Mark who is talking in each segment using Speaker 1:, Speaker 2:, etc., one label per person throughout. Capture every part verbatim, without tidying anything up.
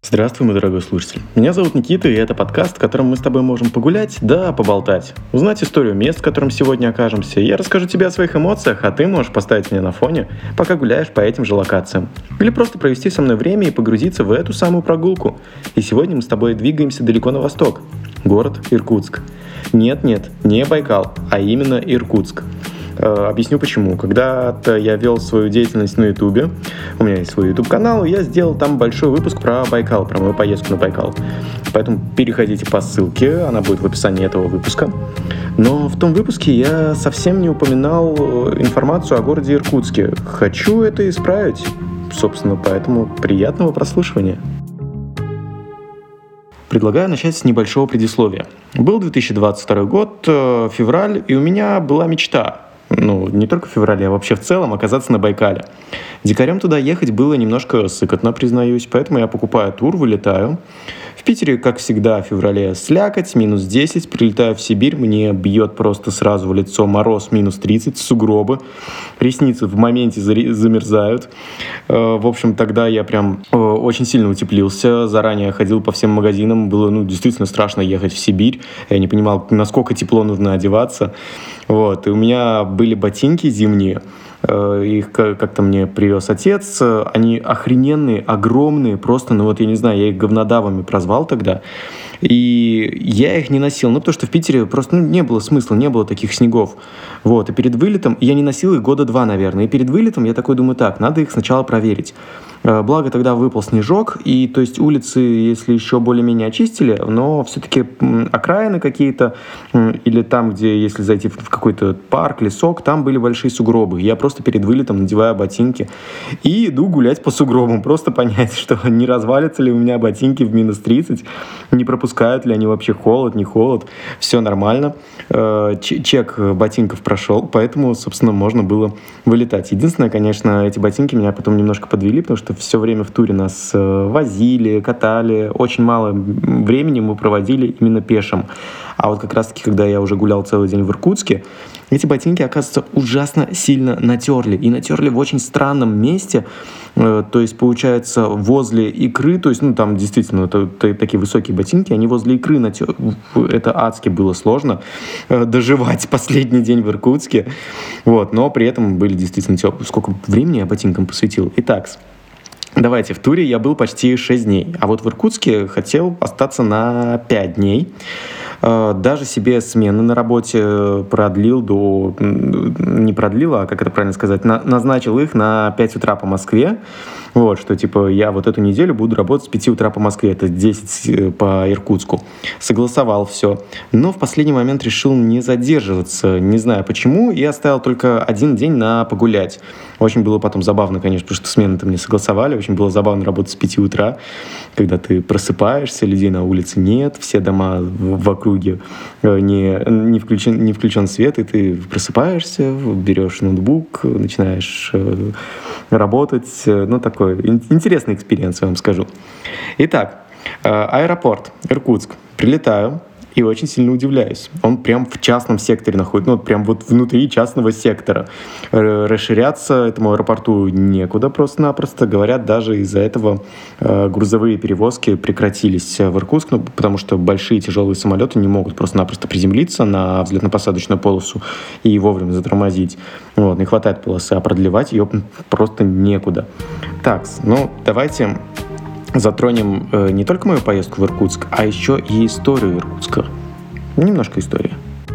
Speaker 1: Здравствуй, мой дорогой слушатель. Меня зовут Никита, и это подкаст, в котором мы с тобой можем погулять, да поболтать. Узнать историю мест, в котором сегодня окажемся. Я расскажу тебе о своих эмоциях, а ты можешь поставить меня на фоне, пока гуляешь по этим же локациям. Или просто провести со мной время и погрузиться в эту самую прогулку. И сегодня мы с тобой двигаемся далеко на восток. Город Иркутск. Нет-нет, не Байкал, а именно Иркутск. Объясню почему. Когда-то я вел свою деятельность на Ютубе, у меня есть свой Ютуб-канал, и я сделал там большой выпуск про Байкал, про мою поездку на Байкал. Поэтому переходите по ссылке, она будет в описании этого выпуска. Но в том выпуске я совсем не упоминал информацию о городе Иркутске. Хочу это исправить, собственно, поэтому приятного прослушивания. Предлагаю начать с небольшого предисловия. Был две тысячи двадцать второй год, февраль, и у меня была мечта. Ну, не только в феврале, а вообще в целом оказаться на Байкале. Дикарем туда ехать было немножко сыкотно, признаюсь, поэтому я покупаю тур, вылетаю. В Питере, как всегда, в феврале слякоть, минус десять, прилетаю в Сибирь, мне бьет просто сразу в лицо мороз, минус тридцать, сугробы, ресницы в моменте замерзают. В общем, тогда я прям очень сильно утеплился, заранее ходил по всем магазинам, было, ну, действительно страшно ехать в Сибирь, я не понимал, насколько тепло нужно одеваться. Вот, и у меня были ботинки зимние, их как-то мне привез отец, они охрененные, огромные, просто, ну вот я не знаю, я их говнодавами прозвал тогда, и я их не носил, ну потому что в Питере просто ну, не было смысла, не было таких снегов, вот, и перед вылетом, я не носил их года два, наверное, и перед вылетом я такой думаю, так, надо их сначала проверить. Благо тогда выпал снежок, и то есть улицы, если еще более-менее очистили, но все-таки окраины какие-то, или там, где, если зайти в какой-то парк, лесок, там были большие сугробы. Я просто перед вылетом надеваю ботинки и иду гулять по сугробам, просто понять, что не развалятся ли у меня ботинки в минус тридцать, не пропускают ли они вообще холод, не холод, все нормально. Чек ботинков прошел, поэтому, собственно, можно было вылетать. Единственное, конечно, эти ботинки меня потом немножко подвели, потому что все время в туре нас возили, катали, очень мало времени мы проводили именно пешим. А вот как раз-таки, когда я уже гулял целый день в Иркутске, эти ботинки, оказывается, ужасно сильно натерли. И натерли в очень странном месте, то есть, получается, возле икры, то есть, ну, там действительно это, это, такие высокие ботинки, они возле икры натерли. Это адски было сложно доживать последний день в Иркутске, вот, но при этом были действительно теплые. Сколько времени я ботинкам посвятил? Итак, давайте, в туре я был почти шесть дней, а вот в Иркутске хотел остаться на пять дней. Даже себе смены на работе продлил до... Не продлил, а как это правильно сказать? На, назначил их на пять утра по Москве. Вот, что типа я вот эту неделю буду работать с пяти утра по Москве, это десять по Иркутску. Согласовал все. Но в последний момент решил не задерживаться, не знаю почему, и оставил только один день на погулять. Очень было потом забавно, конечно, потому что смены-то мне согласовали. Очень было забавно работать с пяти утра, когда ты просыпаешься, людей на улице нет, все дома в округе не, не, включен, не включен свет, и ты просыпаешься, берешь ноутбук, начинаешь работать. Ну, такой интересный экспириенс, я вам скажу. Итак, аэропорт, Иркутск. Прилетаю и очень сильно удивляюсь. Он прям в частном секторе находится, ну, прям вот внутри частного сектора. Расширяться этому аэропорту некуда просто-напросто. Говорят, даже из-за этого грузовые перевозки прекратились в Иркутск, ну, потому что большие тяжелые самолеты не могут просто-напросто приземлиться на взлетно-посадочную полосу и вовремя затормозить. Вот, не хватает полосы, а продлевать ее просто некуда. Так, ну, давайте затронем э, не только мою поездку в Иркутск, а еще и историю Иркутска. Немножко истории.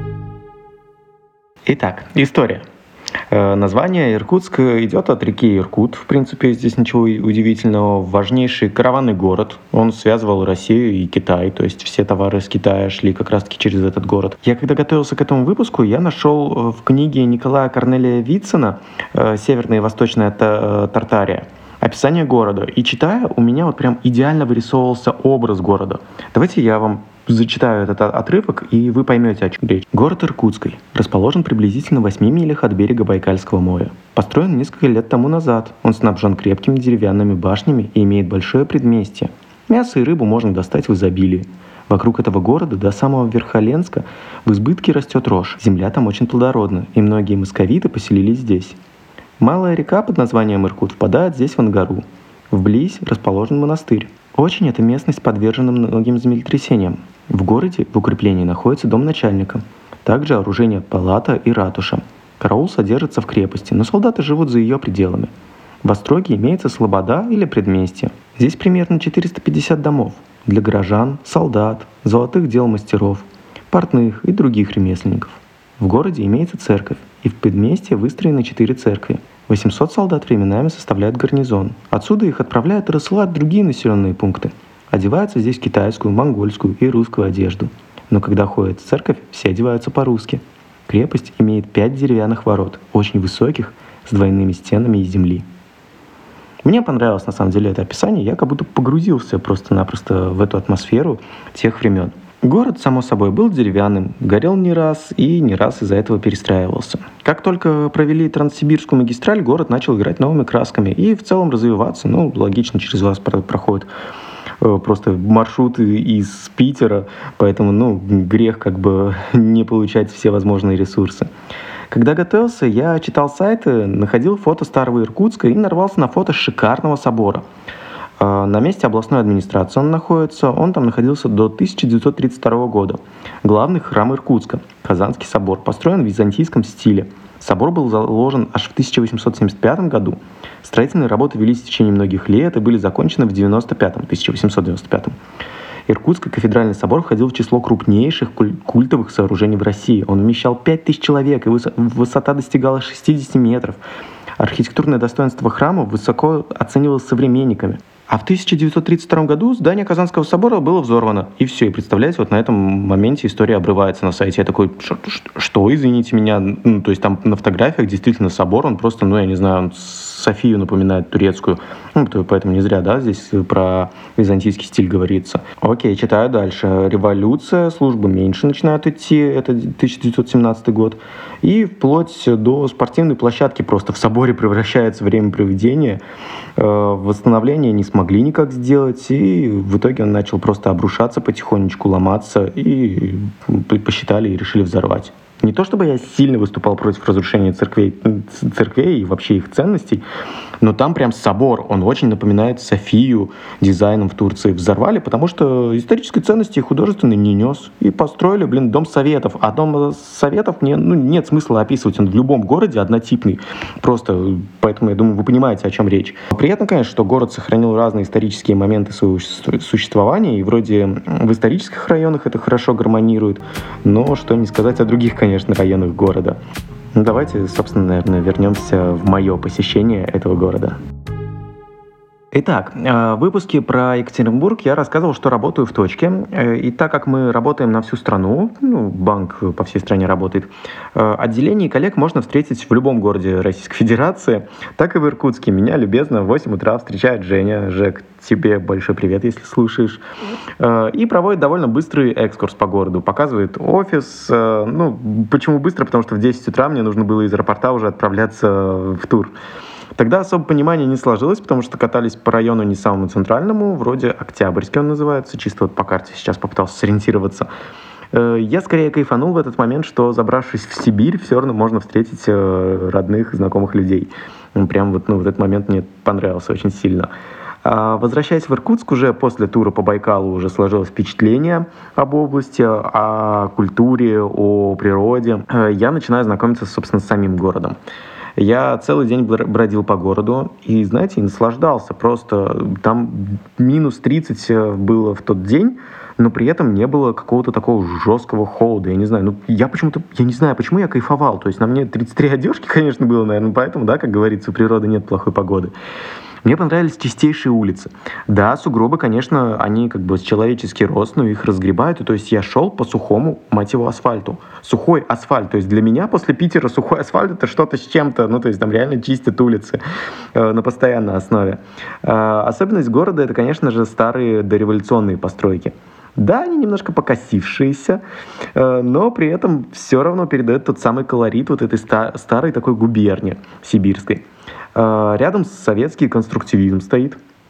Speaker 1: Итак, история. Э, название Иркутск идет от реки Иркут. В принципе, здесь ничего удивительного. Важнейший караванный город. Он связывал Россию и Китай. То есть все товары из Китая шли как раз-таки через этот город. Я когда готовился к этому выпуску, я нашел в книге Николая Корнелия Вицина э, «Северная и Восточная Тартария» описание города. И читая, у меня вот прям идеально вырисовывался образ города. Давайте я вам зачитаю этот отрывок, и вы поймете, о чем речь. Город Иркутский расположен приблизительно в восьми милях от берега Байкальского моря. Построен несколько лет тому назад. Он снабжен крепкими деревянными башнями и имеет большое предместье. Мясо и рыбу можно достать в изобилии. Вокруг этого города до самого Верхоленска в избытке растет рожь. Земля там очень плодородна, и многие московиты поселились здесь. Малая река под названием Иркут впадает здесь в Ангару. Вблизь расположен монастырь. Очень эта местность подвержена многим землетрясениям. В городе в укреплении находится дом начальника, также оружейная палата и ратуша. Караул содержится в крепости, но солдаты живут за ее пределами. В Остроге имеется слобода или предместье. Здесь примерно четыреста пятьдесят домов для горожан, солдат, золотых дел мастеров, портных и других ремесленников. В городе имеется церковь, и в предместье выстроены четыре церкви. восемьсот солдат временами составляют гарнизон. Отсюда их отправляют и рассылают в другие населенные пункты. Одеваются здесь в китайскую, монгольскую и русскую одежду. Но когда ходят в церковь, все одеваются по-русски. Крепость имеет пять деревянных ворот, очень высоких, с двойными стенами из земли. Мне понравилось на самом деле это описание, я как будто погрузился просто-напросто в эту атмосферу тех времен. Город, само собой, был деревянным, горел не раз и не раз из-за этого перестраивался. Как только провели Транссибирскую магистраль, город начал играть новыми красками и в целом развиваться. Ну, логично, через вас проходит э, просто маршруты из Питера, поэтому, ну, грех как бы не получать все возможные ресурсы. Когда готовился, я читал сайты, находил фото старого Иркутска и нарвался на фото шикарного собора. На месте областной администрации он находится, он там находился до тысяча девятьсот тридцать второго года. Главный храм Иркутска, Казанский собор, построен в византийском стиле. Собор был заложен аж в тысяча восемьсот семьдесят пятом году. Строительные работы велись в течение многих лет и были закончены в девяносто пятом, тысяча восемьсот девяносто пятом. Иркутский кафедральный собор входил в число крупнейших культовых сооружений в России. Он вмещал пять тысяч человек, и высота достигала шестьдесят метров. Архитектурное достоинство храма высоко оценивалось современниками. А в тысяча девятьсот тридцать втором году здание Казанского собора было взорвано. И все, и представляете, вот на этом моменте история обрывается на сайте. Я такой, что, что извините меня? Ну, то есть там на фотографиях действительно собор, он просто, ну, я не знаю, он Софию напоминает турецкую. Ну, поэтому не зря, да, здесь про византийский стиль говорится. Окей, читаю дальше. Революция, службы меньше начинают идти, это тысяча девятьсот семнадцатый год. И вплоть до спортивной площадки просто в соборе превращается время проведения. Восстановление не смогли никак сделать, и в итоге он начал просто обрушаться потихонечку, ломаться, и посчитали и решили взорвать. Не то чтобы я сильно выступал против разрушения церквей, церквей и вообще их ценностей, но там прям собор, он очень напоминает Софию дизайном в Турции. Взорвали, потому что исторической ценности художественной не нес. И построили, блин, Дом Советов. А Дом Советов не, ну, нет смысла описывать, он в любом городе однотипный. Просто, поэтому, я думаю, вы понимаете, о чем речь. Приятно, конечно, что город сохранил разные исторические моменты своего существования, и вроде в исторических районах это хорошо гармонирует, но что не сказать о других, конечно, районах города. Ну, давайте, собственно, наверное, вернемся в мое посещение этого города. Итак, в выпуске про Екатеринбург я рассказывал, что работаю в точке. И так как мы работаем на всю страну, ну, банк по всей стране работает, отделений коллег можно встретить в любом городе Российской Федерации, так и в Иркутске. Меня любезно в восемь утра встречает Женя. Жек, тебе большой привет, если слушаешь. И проводит довольно быстрый экскурс по городу. Показывает офис. Ну, почему быстро? Потому что в десять утра мне нужно было из аэропорта уже отправляться в тур. Тогда особо понимания не сложилось, потому что катались по району не самому центральному, вроде Октябрьский он называется, чисто вот по карте сейчас попытался сориентироваться. Я скорее кайфанул в этот момент, что, забравшись в Сибирь, все равно можно встретить родных, знакомых людей. Прям вот, ну, вот этот момент мне понравился очень сильно. А возвращаясь в Иркутск, уже после тура по Байкалу уже сложилось впечатление об области, о культуре, о природе. Я начинаю знакомиться, собственно, с самим городом. Я целый день бродил по городу и, знаете, наслаждался. Просто там минус тридцать было в тот день, но при этом не было какого-то такого жесткого холода. Я не знаю, ну я почему-то, я не знаю, почему я кайфовал. То есть на мне тридцать три одежки, конечно, было, наверное, поэтому, да, как говорится, у природы нет плохой погоды. Мне понравились чистейшие улицы. Да, сугробы, конечно, они как бы с человеческий рост, но их разгребают. И, то есть я шел по сухому, мать его, асфальту. Сухой асфальт. То есть для меня после Питера сухой асфальт — это что-то с чем-то. Ну, то есть там реально чистят улицы э, на постоянной основе. Э, особенность города — это, конечно же, старые дореволюционные постройки. Да, они немножко покосившиеся, э, но при этом все равно передают тот самый колорит вот этой ста- старой такой губернии сибирской. Рядом советский конструктивизм стоит.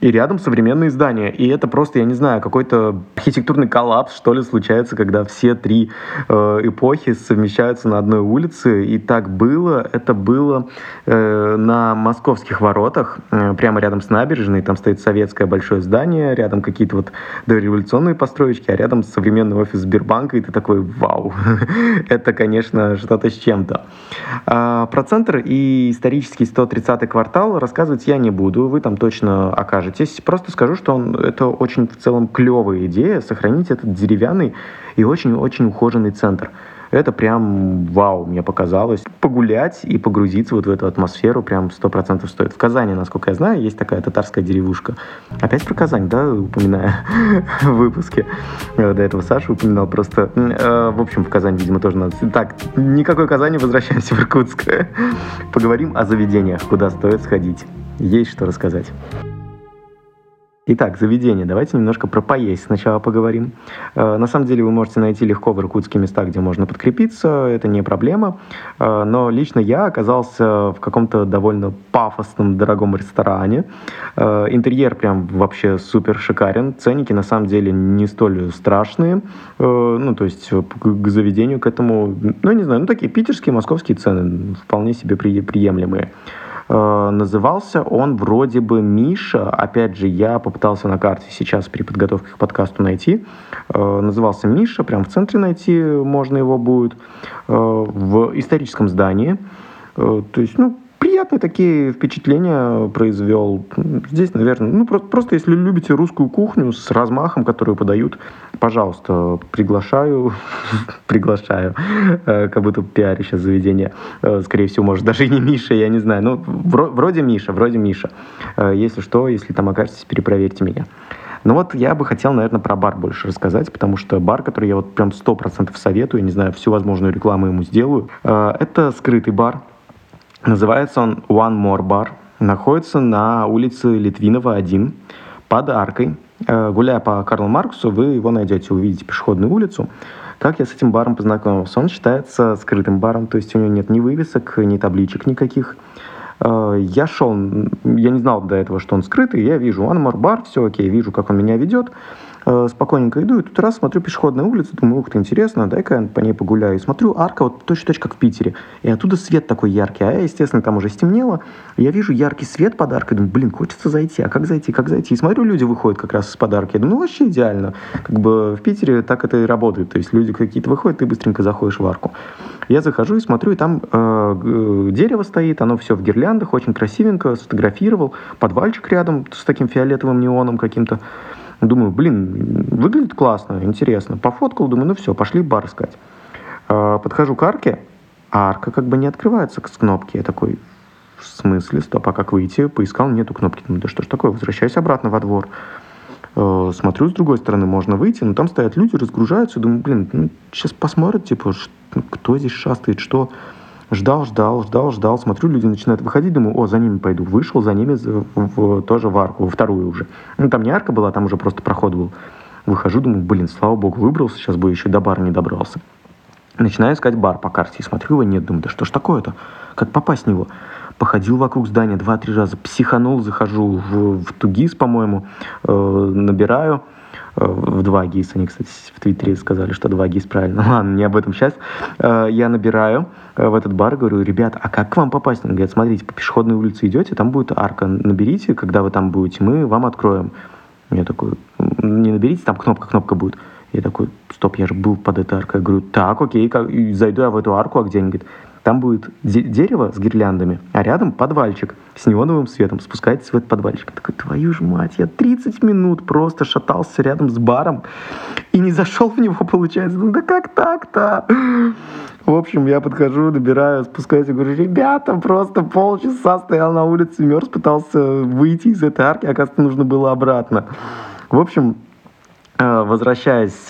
Speaker 1: и рядом современные здания. И это просто, я не знаю, какой-то архитектурный коллапс, что ли, случается, когда все три э, эпохи совмещаются на одной улице. И так было. Это было э, на Московских воротах, э, прямо рядом с набережной. Там стоит советское большое здание, рядом какие-то вот дореволюционные построечки, а рядом современный офис Сбербанка. И ты такой, вау, это, конечно, что-то с чем-то. А, про центр и исторический сто тридцатый квартал рассказывать я не буду. Вы там точно окажетесь. Просто скажу, что он, это очень в целом клевая идея, сохранить этот деревянный и очень-очень ухоженный центр. Это прям вау, мне показалось. Погулять и погрузиться вот в эту атмосферу прям сто процентов стоит. В Казани, насколько я знаю, есть такая татарская деревушка. Опять про Казань, да, упоминаю в выпуске. До этого Саша упоминал просто. В общем, в Казань, видимо, тоже надо. Так, никакой Казани, возвращаемся в Иркутск. Поговорим о заведениях, куда стоит сходить. Есть что рассказать. Итак, заведение. Давайте немножко про поесть сначала поговорим. Э, на самом деле вы можете найти легко в Иркутске места, где можно подкрепиться, это не проблема. Э, но лично я оказался в каком-то довольно пафосном, дорогом ресторане. Э, интерьер прям вообще супер шикарен. Ценники на самом деле не столь страшные. Э, ну, то есть к, к заведению к этому, ну, не знаю, ну, такие питерские, московские цены вполне себе при, приемлемые. Назывался он вроде бы Миша. Опять же, я попытался на карте сейчас при подготовке к подкасту найти. Назывался Миша, прям в центре найти можно его будет. В историческом здании. То есть, ну, приятные такие впечатления произвел. Здесь, наверное, ну, просто, просто если любите русскую кухню с размахом, которую подают, пожалуйста, приглашаю, приглашаю, как будто пиарю сейчас заведение. Скорее всего, может, даже и не Миша, я не знаю. Ну, вроде Миша, вроде Миша. Если что, если там окажетесь, перепроверьте меня. Ну вот я бы хотел, наверное, про бар больше рассказать, потому что бар, который я вот прям сто процентов советую, не знаю, всю возможную рекламу ему сделаю, это скрытый бар. Называется он One More Bar. Находится на улице Литвинова, один, под аркой. Гуляя по Карлу Марксу, вы его найдете, увидите пешеходную улицу. Как я с этим баром познакомился? Он считается скрытым баром, то есть у него нет ни вывесок, ни табличек никаких. Я шел, я не знал до этого, что он скрытый, я вижу One More Bar, все окей, вижу, как он меня ведет. Спокойненько иду, и тут раз смотрю пешеходная улица, думаю, ух ты, интересно, дай-ка я по ней погуляю. И смотрю, арка вот точно-точно как в Питере. И оттуда свет такой яркий, а я, естественно, там уже стемнело. Я вижу яркий свет под аркой, думаю, блин, хочется зайти, а как зайти, как зайти? И смотрю, люди выходят как раз из-под арки. Я думаю, ну, вообще идеально. Как бы в Питере так это и работает. То есть люди какие-то выходят, ты быстренько заходишь в арку. Я захожу и смотрю, и там э, дерево стоит, оно все в гирляндах, очень красивенько, сфотографировал. Подвальчик рядом с таким фиолетовым неоном каким-то. Думаю, блин, выглядит классно, интересно. Пофоткал, думаю, ну все, пошли бар искать. Подхожу к арке, а арка как бы не открывается с кнопки. Я такой, в смысле, стоп, а как выйти? Поискал, нету кнопки. Думаю, да что ж такое, возвращаюсь обратно во двор. Смотрю, с другой стороны можно выйти, но там стоят люди, разгружаются. Думаю, блин, ну, сейчас посмотрят, типа, кто здесь шастает, что... Ждал, ждал, ждал, ждал. Смотрю, люди начинают выходить. Думаю, о, за ними пойду. Вышел за ними в, в, тоже в арку, во вторую уже. Ну, там не арка была, там уже просто проход был. Выхожу, думаю, блин, слава богу, выбрался. Сейчас бы еще до бара не добрался. Начинаю искать бар по карте. И смотрю, его нет. Думаю, да что ж такое-то? Как попасть в него? Походил вокруг здания два-три раза. Психанул, захожу в, в Тугис, по-моему. Э, набираю. В два гис, они, кстати, в Твиттере сказали, что два гис правильно. Ладно, не об этом сейчас. Я набираю в этот бар, говорю, ребят, а как к вам попасть? Они говорят, смотрите, по пешеходной улице идете, там будет арка, наберите, когда вы там будете, мы вам откроем. Я такой, не наберите, там кнопка, кнопка будет. Я такой, стоп, я же был под этой аркой. Я говорю, так, окей, как... зайду я в эту арку, а где? Они говорят, там будет де- дерево с гирляндами, а рядом подвальчик с неоновым светом. Спускайтесь в этот подвальчик. Я такой, твою ж мать, я тридцать минут просто шатался рядом с баром и не зашел в него, получается. Ну да как так-то? В общем, я подхожу, набираю, спускаюсь и говорю, ребята, просто полчаса стоял на улице, мерз, пытался выйти из этой арки, оказывается, нужно было обратно. В общем, возвращаясь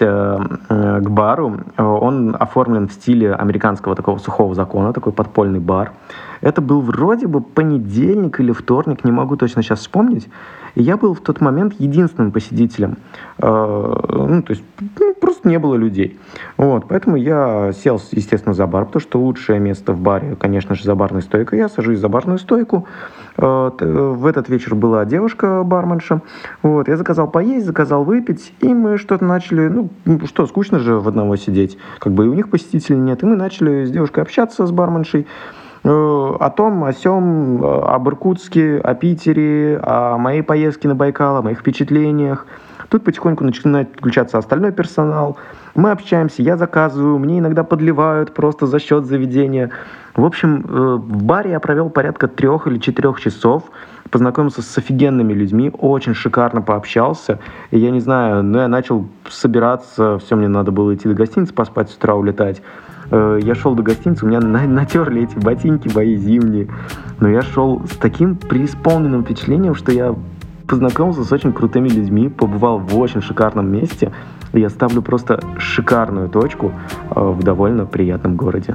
Speaker 1: к бару, он оформлен в стиле американского такого сухого закона, такой подпольный бар. Это был вроде бы понедельник или вторник, не могу точно сейчас вспомнить. И я был в тот момент единственным посетителем. Э, ну, то есть ну, просто не было людей. Вот, поэтому я сел, естественно, за бар, потому что лучшее место в баре, конечно же, за барной стойкой. Я сажусь за барную стойку. Э, в этот вечер была девушка-барменша. Вот, я заказал поесть, заказал выпить, и мы что-то начали, ну, что, скучно же в одного сидеть, как бы и у них посетителей нет, и мы начали с девушкой общаться, с барменшей, э, о том, о сём, об Иркутске, о Питере, о моей поездке на Байкал, о моих впечатлениях. Тут потихоньку начинает включаться остальной персонал. Мы общаемся, я заказываю, мне иногда подливают просто за счет заведения. В общем, э, в баре я провел порядка трех или четырех часов, познакомился с офигенными людьми, очень шикарно пообщался. И я не знаю, ну я начал собираться, все, мне надо было идти до гостиницы, поспать, с утра улетать. Э, я шел до гостиницы, у меня на- натерли эти ботинки мои зимние. Но я шел с таким преисполненным впечатлением, что я познакомился с очень крутыми людьми, побывал в очень шикарном месте. И я ставлю просто шикарную точку э, в довольно приятном городе.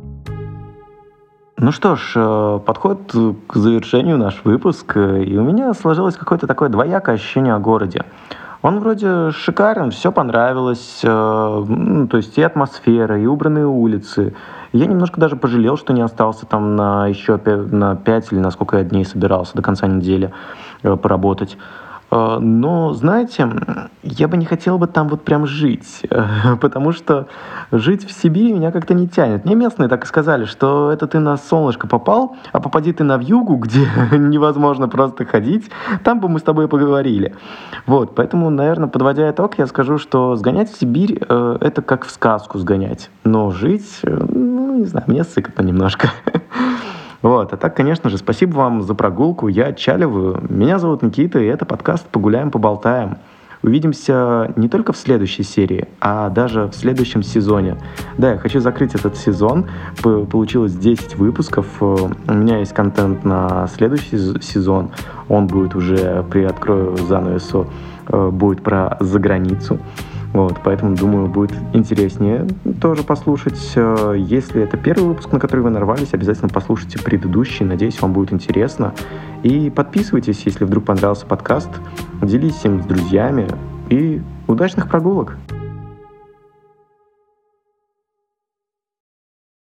Speaker 1: Ну что ж, э, подходит к завершению наш выпуск, э, и у меня сложилось какое-то такое двоякое ощущение о городе. Он вроде шикарен, все понравилось, э, ну, то есть и атмосфера, и убранные улицы. Я немножко даже пожалел, что не остался там на еще пя- на пять или на сколько я дней собирался до конца недели э, поработать. Э, Но, знаете, я бы не хотел бы там вот прям жить, э, потому что жить в Сибири меня как-то не тянет. Мне местные так и сказали, что это ты на солнышко попал, а попади ты на вьюгу, где невозможно просто ходить, там бы мы с тобой поговорили. Вот, поэтому, наверное, подводя итог, я скажу, что сгонять в Сибирь э, это как в сказку сгонять, но жить, э, ну, не знаю, мне сыкотно немножко. Вот, а так, конечно же, спасибо вам за прогулку, я отчаливаю. Меня зовут Никита, и это подкаст «Погуляем, поболтаем». Увидимся не только в следующей серии, а даже в следующем сезоне. Да, я хочу закрыть этот сезон. П- Получилось десять выпусков. Э, У меня есть контент на следующий з- сезон. Он будет уже, приоткрою занавесу, э, будет про заграницу. Вот, поэтому, думаю, будет интереснее тоже послушать. Э, Если это первый выпуск, на который вы нарвались, обязательно послушайте предыдущий. Надеюсь, вам будет интересно. И подписывайтесь, если вдруг понравился подкаст. Делитесь им с друзьями. И удачных прогулок!